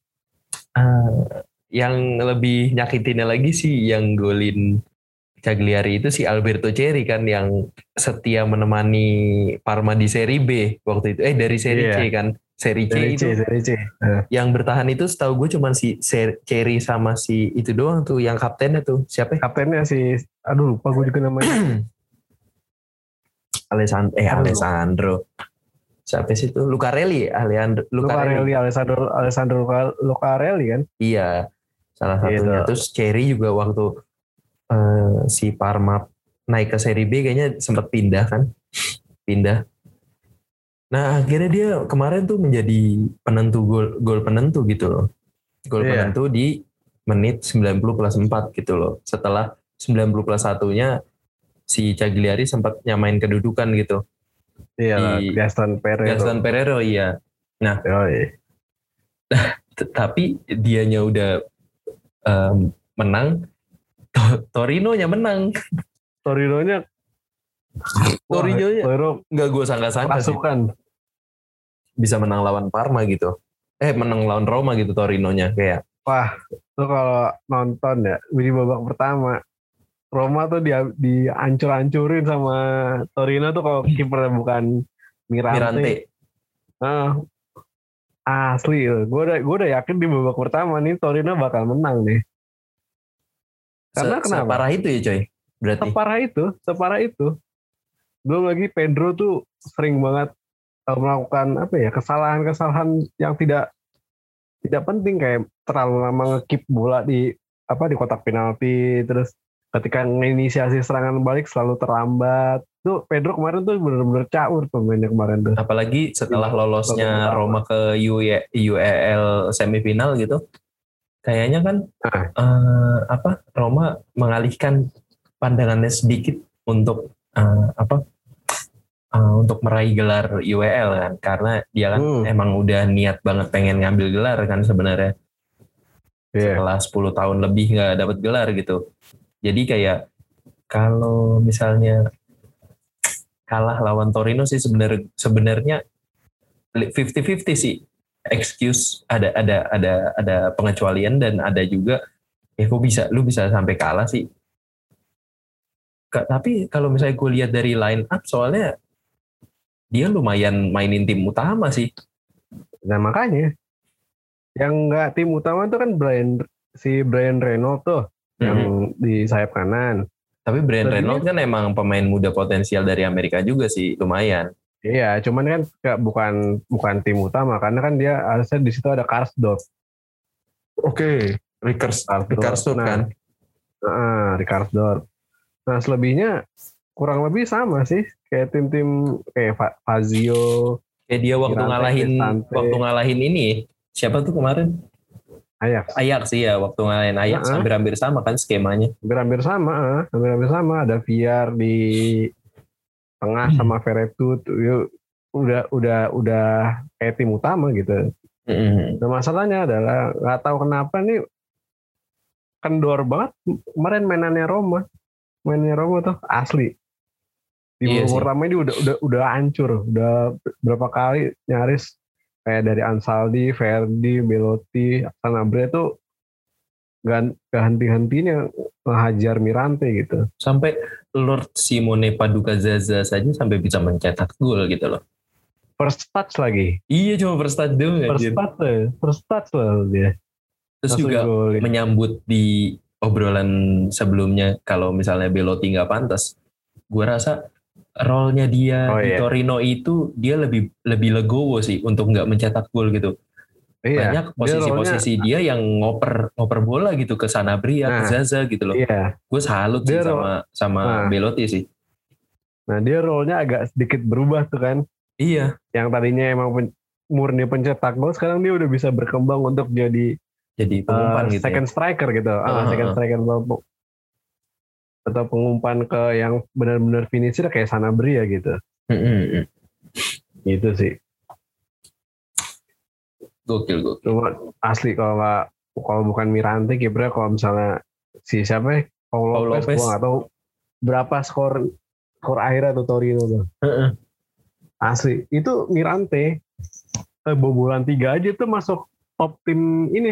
Yang lebih nyakitinnya lagi sih yang golin Cagliari itu si Alberto Cerri kan, yang setia menemani Parma di Serie B waktu itu. Dari Serie C kan. Serie C. Yang bertahan itu setahu gue cuma si Cerri sama si itu doang tuh, yang kaptennya tuh. Siapa? Kaptennya si, lupa gue juga namanya. Alessandro. Siapa sih itu? Lucarelli Alessandro Lucarelli kan? Iya, salah satunya. Terus Cerri juga waktu si Parma naik ke Serie B kayaknya sempat pindah. Nah akhirnya dia kemarin tuh menjadi penentu gol penentu gitu loh. Penentu di menit 90 plus 4 gitu loh. Setelah 90 plus 1-nya si Cagliari sempat nyamain kedudukan gitu. Iya lah, Gaston Pereiro. Iya. Nah, tapi dianya udah menang, Torino-nya menang. Torino-nya nggak gue sangka-sangka sih bisa menang lawan Parma gitu. Menang lawan Roma gitu Torino-nya kayak. Wah, tuh kalau nonton ya di babak pertama Roma tuh dihancur-hancurin sama Torino tuh kalau kiper bukan Mirante. Asli, gue udah yakin di babak pertama nih Torino bakal menang nih. Karena kenapa? Separah itu ya coy? Berarti. Separah itu. Belum lagi Pedro tuh sering banget melakukan kesalahan-kesalahan yang tidak penting, kayak terlalu lama ngekip bola di kotak penalti, terus ketika menginisiasi serangan balik selalu terlambat. Tuh Pedro kemarin tuh benar-benar caur pemainnya kemarin tuh. Apalagi setelah lolosnya Roma ke UEL semifinal gitu. Kayaknya kan Roma mengalihkan pandangannya sedikit untuk untuk meraih gelar UEL kan, karena dia kan emang udah niat banget pengen ngambil gelar kan sebenarnya. Setelah 10 tahun lebih nggak dapat gelar gitu. Jadi kayak kalau misalnya kalah lawan Torino sih sebenarnya 50-50 sih. Excuse, ada pengecualian dan ada juga lu bisa sampai kalah sih. Tapi kalau misalnya gue lihat dari line up, soalnya dia lumayan mainin tim utama sih. Nah makanya yang nggak tim utama tuh kan Bryan Reynolds tuh yang di sayap kanan. Tapi Bryan Reynolds kan emang pemain muda potensial dari Amerika juga sih, lumayan. Iya, cuman kan bukan tim utama karena kan dia harusnya di situ ada Karsdorp. Oke, Karsdorp kan. Karsdorp. Nah, selebihnya kurang lebih sama sih, kayak tim-tim kayak Fazio. Kayak dia waktu ngalahin ini, siapa tuh kemarin? Ajax sih ya, waktu ngalahin Ajax hampir-hampir sama kan skemanya. Hampir-hampir sama. Ada Villar di tengah sama Veretout, udah kayak tim utama gitu. Nah masalahnya adalah nggak tahu kenapa nih kendor banget kemarin mainannya Roma tuh asli. Di babak pertama ini udah hancur, udah berapa kali nyaris kayak dari Ansaldi, Verdi, Belotti, Sanabria tuh gak henti-hentinya ngehajar Mirante gitu. Sampai Lord Simone Paduka Zaza saja sampai bisa mencetak gol gitu loh. First touch lagi. Iya, cuma first touch doang. First touch loh dia. Terus juga menyambut di obrolan sebelumnya kalau misalnya Belotti gak pantas, gue rasa role-nya dia di Torino itu dia lebih legowo sih untuk gak mencetak gol gitu. Banyak posisi-posisi dia yang ngoper bola gitu ke Sanabria, ke Zaza gitu loh. Gue salut sih sama Belotti sih. Nah dia role-nya agak sedikit berubah tuh kan. Iya. Yang tadinya emang murni pencetak gol, sekarang dia udah bisa berkembang untuk jadi pengumpan gitu. Second striker gitu. Second striker atau pengumpan ke yang benar-benar finisher kayak Sanabria gitu. Gitu sih. Gokil. Cuma asli kalau bukan Mirante kipernya, kalau misalnya si siapa ya? Paulo Lopez. Gue nggak tahu berapa skor akhirnya tuh Torino tuh. Asli itu Mirante bobolan 3 aja tuh masuk top tim ini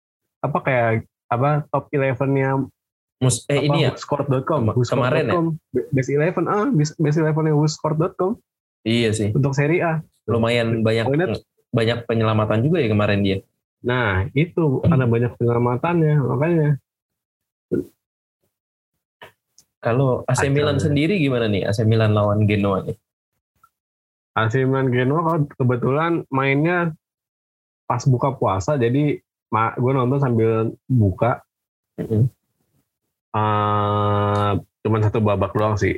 top 11-nya ini ya Whooscored.com kemarin ya best 11-nya Whooscored.com. Iya sih untuk Serie A lumayan banyak penyelamatan juga ya kemarin dia. Nah itu karena banyak penyelamatannya makanya. Kalau AC Milan sendiri gimana nih? AC Milan lawan Genoa nih. AC Milan Genoa kebetulan mainnya pas buka puasa, jadi gue nonton sambil buka. Cuman 1 babak doang sih.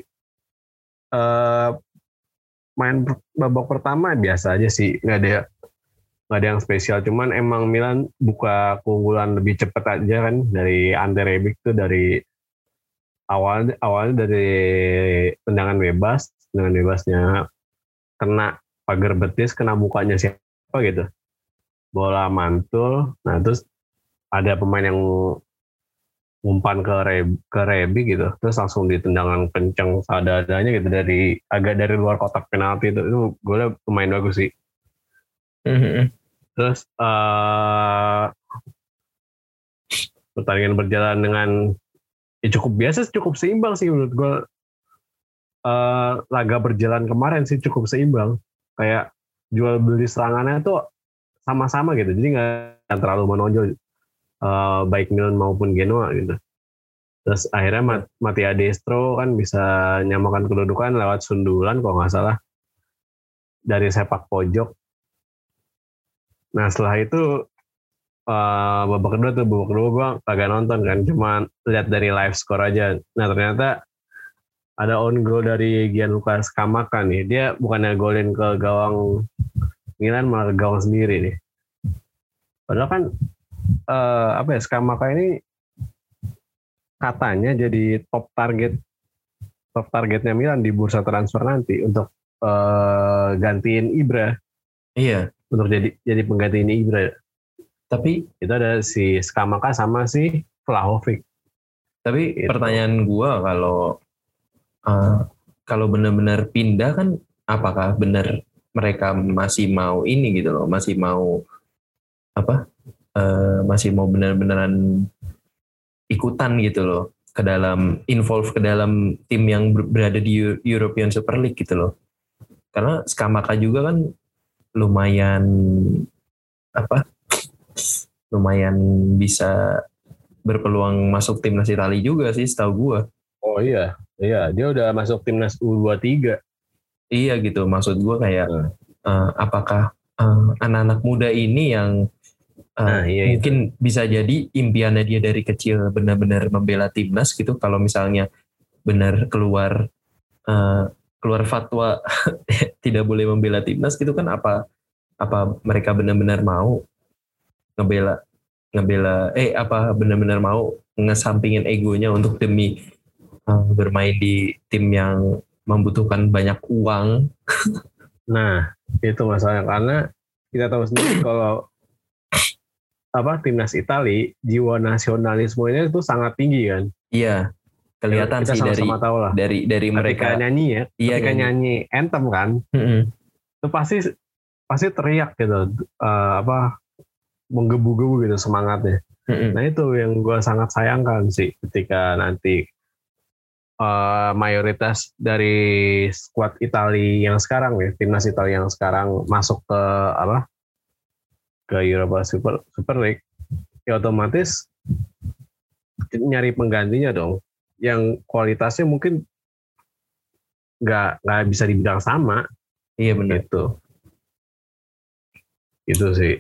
Main babak pertama biasa aja sih, nggak ada nggak ada yang spesial. Cuman emang Milan buka keunggulan lebih cepat aja kan dari Ante Rebic tuh dari awalnya dari tendangan bebasnya kena pagar betis, kena mukanya siapa gitu, bola mantul. Nah terus ada pemain yang umpan ke Rebic gitu, terus langsung ditendangan kencang seadanya gitu dari agak dari luar kotak penalti. Itu golnya pemain bagus sih. Terus pertandingan berjalan dengan cukup biasa, cukup seimbang sih menurut gue. Laga berjalan kemarin sih cukup seimbang, kayak jual beli serangannya tuh sama-sama gitu, jadi nggak terlalu menonjol baik Milan maupun Genoa gitu. Terus akhirnya Mattia Destro kan bisa nyamakan kedudukan lewat sundulan kalau nggak salah dari sepak pojok. Nah setelah itu babak kedua gue kagak nonton kan, cuma lihat dari live score aja. Nah ternyata ada on goal dari Gianluca Scamacca nih. Dia bukannya golin ke gawang Milan, malah ke gawang sendiri nih. Padahal kan Scamacca ini katanya jadi top targetnya Milan di bursa transfer nanti untuk gantiin Ibra. Iya. Untuk jadi penggantiin Ibra. Tapi itu ada si Scamacca sama si Vlahovic. Tapi gitu. Pertanyaan gua kalau benar-benar pindah kan, apakah benar mereka masih mau ini gitu loh, masih mau masih mau benar-benaran ikutan gitu loh ke dalam tim yang berada di European Super League gitu loh. Karena Scamacca juga kan lumayan bisa berpeluang masuk timnas Italia juga sih setahu gua. Oh iya, dia udah masuk timnas U23. Iya gitu, maksud gue kayak apakah anak-anak muda ini yang mungkin itu bisa jadi impiannya dia dari kecil benar-benar membela timnas gitu. Kalau misalnya benar keluar fatwa tidak boleh membela timnas gitu kan, apa mereka benar-benar mau benar-benar mau ngesampingin egonya untuk demi bermain di tim yang membutuhkan banyak uang. Nah, itu masalahnya, karena kita tahu sendiri kalau timnas Italia jiwa nasionalismenya itu sangat tinggi kan. Iya, kelihatan kita sih sama-sama tahu lah. Dari mereka ketika nyanyi anthem kan, itu pasti teriak gitu, menggebu-gebu gitu semangatnya. Nah itu yang gue sangat sayangkan sih, ketika nanti mayoritas dari skuad Italia yang sekarang nih, timnas Italia yang sekarang masuk ke Europa Super League, ya otomatis nyari penggantinya dong, yang kualitasnya mungkin nggak bisa dibilang sama. Iya benar itu sih.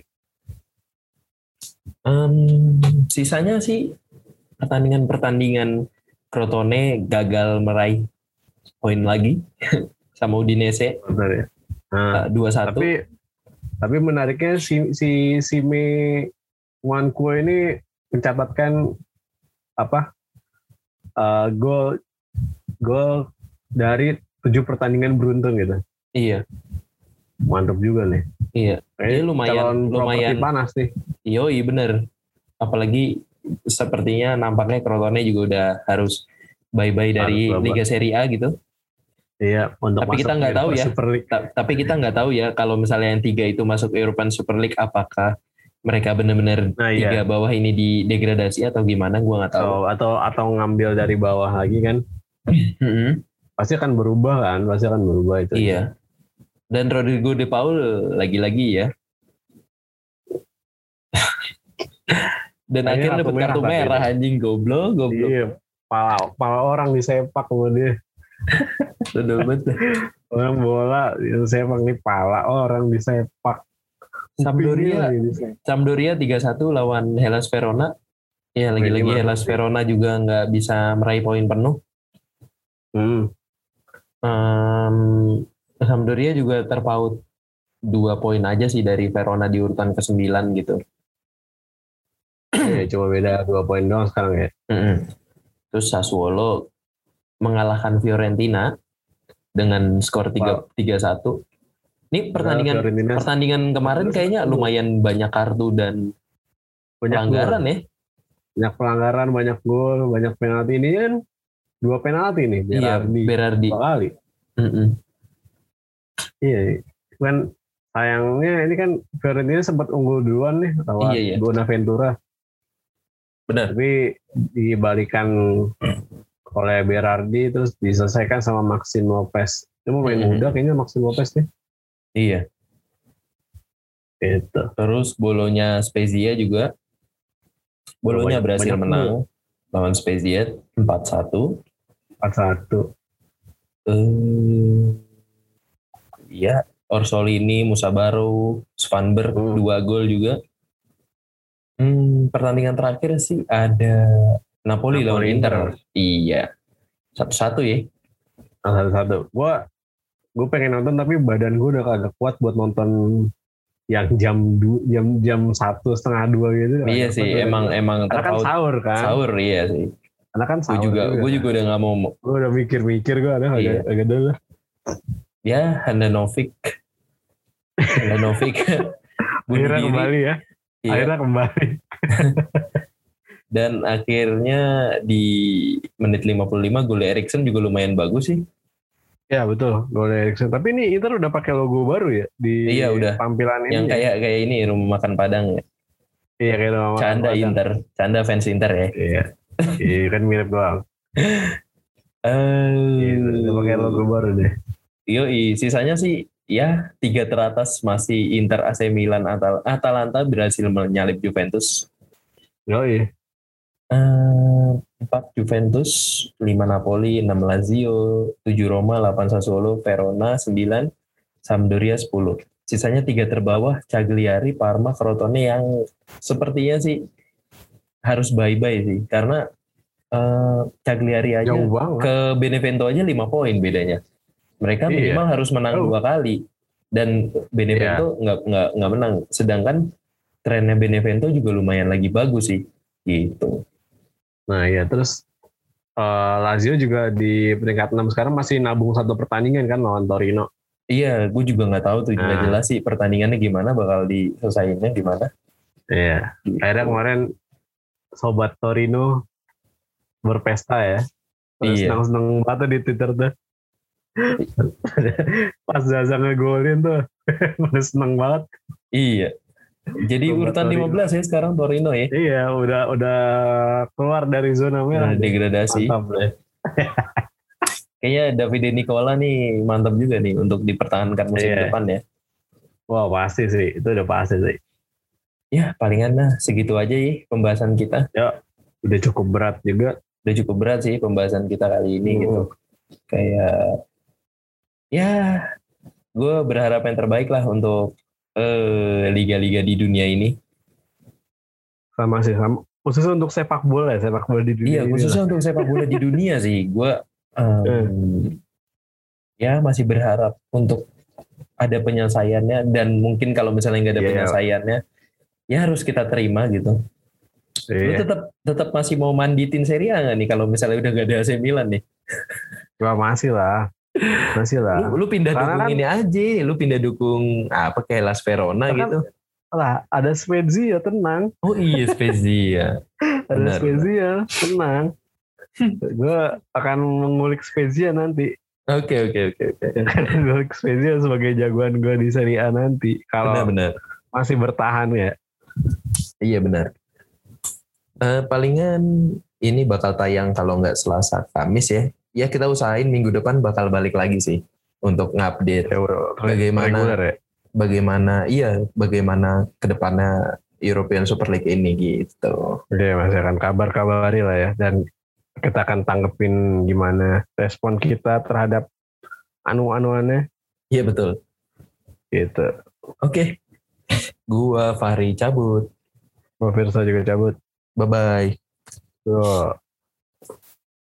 Sisanya sih pertandingan Crotone gagal meraih poin lagi sama Udinese. Benar ya. 2-1. Tapi menariknya si Sime Nwankwo ini mencatatkan gol dari 7 pertandingan beruntun gitu. Iya. Mantap juga nih. Iya. Dia lumayan panas nih. Iya bener. Apalagi sepertinya nampaknya Crotone juga udah harus bye-bye dari Liga Serie A gitu. Iya, tapi kita nggak tahu ya. Tapi kita nggak tahu ya kalau misalnya yang 3 itu masuk European Super League, apakah mereka benar-benar 3 bawah ini didegradasi atau gimana? Gua nggak tahu. Atau ngambil dari bawah lagi kan? Pasti akan berubah itu. Iya. Dan Rodrigo De Paul lagi-lagi ya. Dan akhirnya dapat kartu merah anjing, goblok. Iya, pala orang disepak sama dia. Betul. Orang bola disepak nih, pala orang disepak. Sampdoria 3-1 lawan Hellas Verona. Ya lagi-lagi Hellas Verona juga nggak bisa meraih poin penuh. Sampdoria juga terpaut 2 poin aja sih dari Verona di urutan ke-9 gitu. Ya, cuma beda 2 poin doang sekarang ya. Terus Sassuolo mengalahkan Fiorentina dengan skor 3-1. Ini pertandingan kemarin kayaknya lumayan banyak kartu dan pelanggaran ya. Banyak pelanggaran, banyak gol, banyak penalti. Ini kan 2 penalti nih. Berardi. 2 kali. Iya, kan sayangnya ini kan Fiorentina sempat unggul duluan nih lawan Bonaventura. Benar. Tapi dibalikan oleh Berardi terus diselesaikan sama Maxime Lopez. Itu main muda kayaknya Maxime Lopez nih. Iya. Itu. Terus Bolonya Spezia juga. Bolonya berhasil menang lawan Spezia 4-1. Iya, Orsolini, Musabaro, Svanberg 2 gol juga. Pertandingan terakhir sih ada Napoli lawan Inter. Iya. 1-1 ya. 1-1. Gue pengen nonton tapi badan gue udah kagak kuat buat nonton yang jam 1:30 gitu. Iya sih, emang karena kan sahur kan. Sahur iya sih. Karena kan sahur. Gue juga udah nggak mau. Gue udah mikir gue ada agak dulu. Ya, Handanovic. Akhirnya kembali ya. Iya. Akhirnya kembali. Dan akhirnya di menit 55 gol Eriksen juga lumayan bagus sih. Ya betul, gol Eriksen. Tapi ini Inter udah pakai logo baru ya di udah. Tampilan ini. Yang kayak ini rumah makan Padang ya. Iya kayak rumah makan Canda Padang. Inter, canda fans Inter ya. Iya kan mirip doang. Udah pakai logo baru deh. Sisanya sih ya 3 teratas masih Inter, AC Milan, Atalanta berhasil menyalip Juventus. 4 Juventus, 5 Napoli, 6 Lazio, 7 Roma, 8 Sassuolo, Verona, 9 Sampdoria, 10. Sisanya 3 terbawah, Cagliari, Parma, Crotone yang sepertinya sih harus bye-bye sih. Karena Cagliari aja ke Benevento aja 5 poin bedanya. Mereka minimal harus menang 2 kali. Dan Benevento nggak menang. Sedangkan trennya Benevento juga lumayan lagi bagus sih. Gitu. Nah ya terus Lazio juga di peringkat 6 sekarang masih nabung 1 pertandingan kan lawan Torino. Iya, gue juga nggak tahu tuh nggak jelas sih pertandingannya gimana, bakal diselesaiinnya gimana. Iya. Gitu. Akhirnya kemarin sobat Torino berpesta ya. Senang-senang banget di Twitter tuh. Pas Zaza ngegolin tuh, seneng banget. Iya. Jadi urutan 15 ya sekarang Torino ya. Iya, udah keluar dari zona merah. Degradasi. Mantap deh. Kayaknya Davide Nicola nih mantap juga nih untuk dipertahankan musim depan ya. Wah pasti sih, itu udah pasti sih. Ya palingan segitu aja ya pembahasan kita. Ya, udah cukup berat juga. Udah cukup berat sih pembahasan kita kali ini gitu. Kayak ya gue berharap yang terbaik lah untuk liga-liga di dunia ini. Sama khususnya untuk sepak bola di dunia. Iya, khususnya untuk sepak bola di dunia sih. Gue ya masih berharap untuk ada penyelesaiannya, dan mungkin kalau misalnya nggak ada penyelesaiannya, ya harus kita terima gitu. Lu tetap masih mau manditin Serie A nggak nih kalau misalnya udah nggak ada AC Milan nih? Wah, masih lah. Lu pindah dukung kan, ini aja, lu pindah dukung apa kayak Las Verona gitu. Lah, ada Spezia, tenang. Oh iya, Spezia. Ada Spezia, tenang. Gue akan mengulik Spezia nanti. Oke. Akan mengulik Spezia sebagai jagoan gue di Serie A nanti. Kalau masih bertahan ya. Iya benar. Palingan ini bakal tayang kalau nggak Selasa, Kamis ya. Ya kita usahain minggu depan bakal balik lagi sih untuk ngupdate bagaimana kedepannya European Super League ini gitu. Oke, masih akan kabar-kabari lah ya, dan kita akan tanggepin gimana respon kita terhadap anu-anuannya. Iya betul. Gitu. Oke. Gua Fahri cabut. Gua Firsa juga cabut. Bye bye.